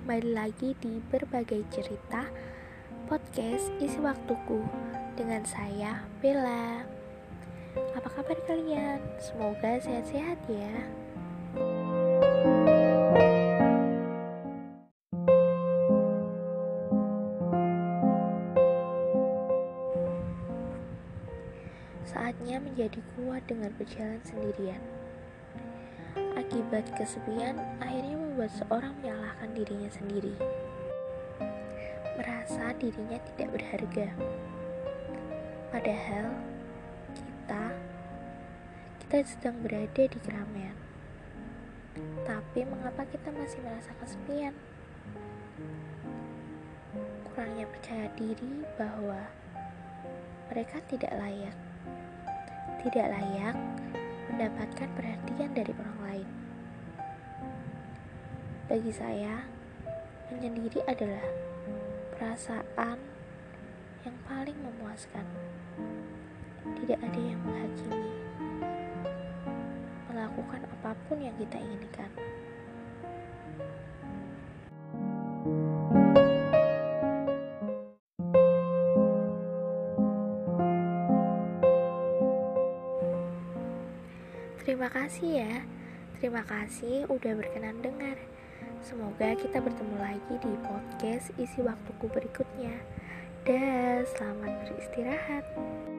kembali lagi di Berbagai Cerita Podcast Isi Waktuku dengan saya, Bella. Apa kabar kalian? Semoga sehat-sehat ya. Saatnya menjadi kuat dengan berjalan sendirian. Akibat kesepian, akhirnya membuat seorang menyalahkan dirinya sendiri. Merasa dirinya tidak berharga. Padahal kita sedang berada di keramaian. Tapi mengapa kita masih merasa kesepian? Kurangnya percaya diri bahwa mereka tidak layak mendapatkan perhatian dari orang lain. Bagi saya, menyendiri adalah perasaan yang paling memuaskan. Tidak ada yang menghakimi, melakukan apapun yang kita inginkan. Terima kasih ya. Terima kasih udah berkenan dengar. Semoga kita bertemu lagi di podcast Isi Waktuku berikutnya. Selamat beristirahat.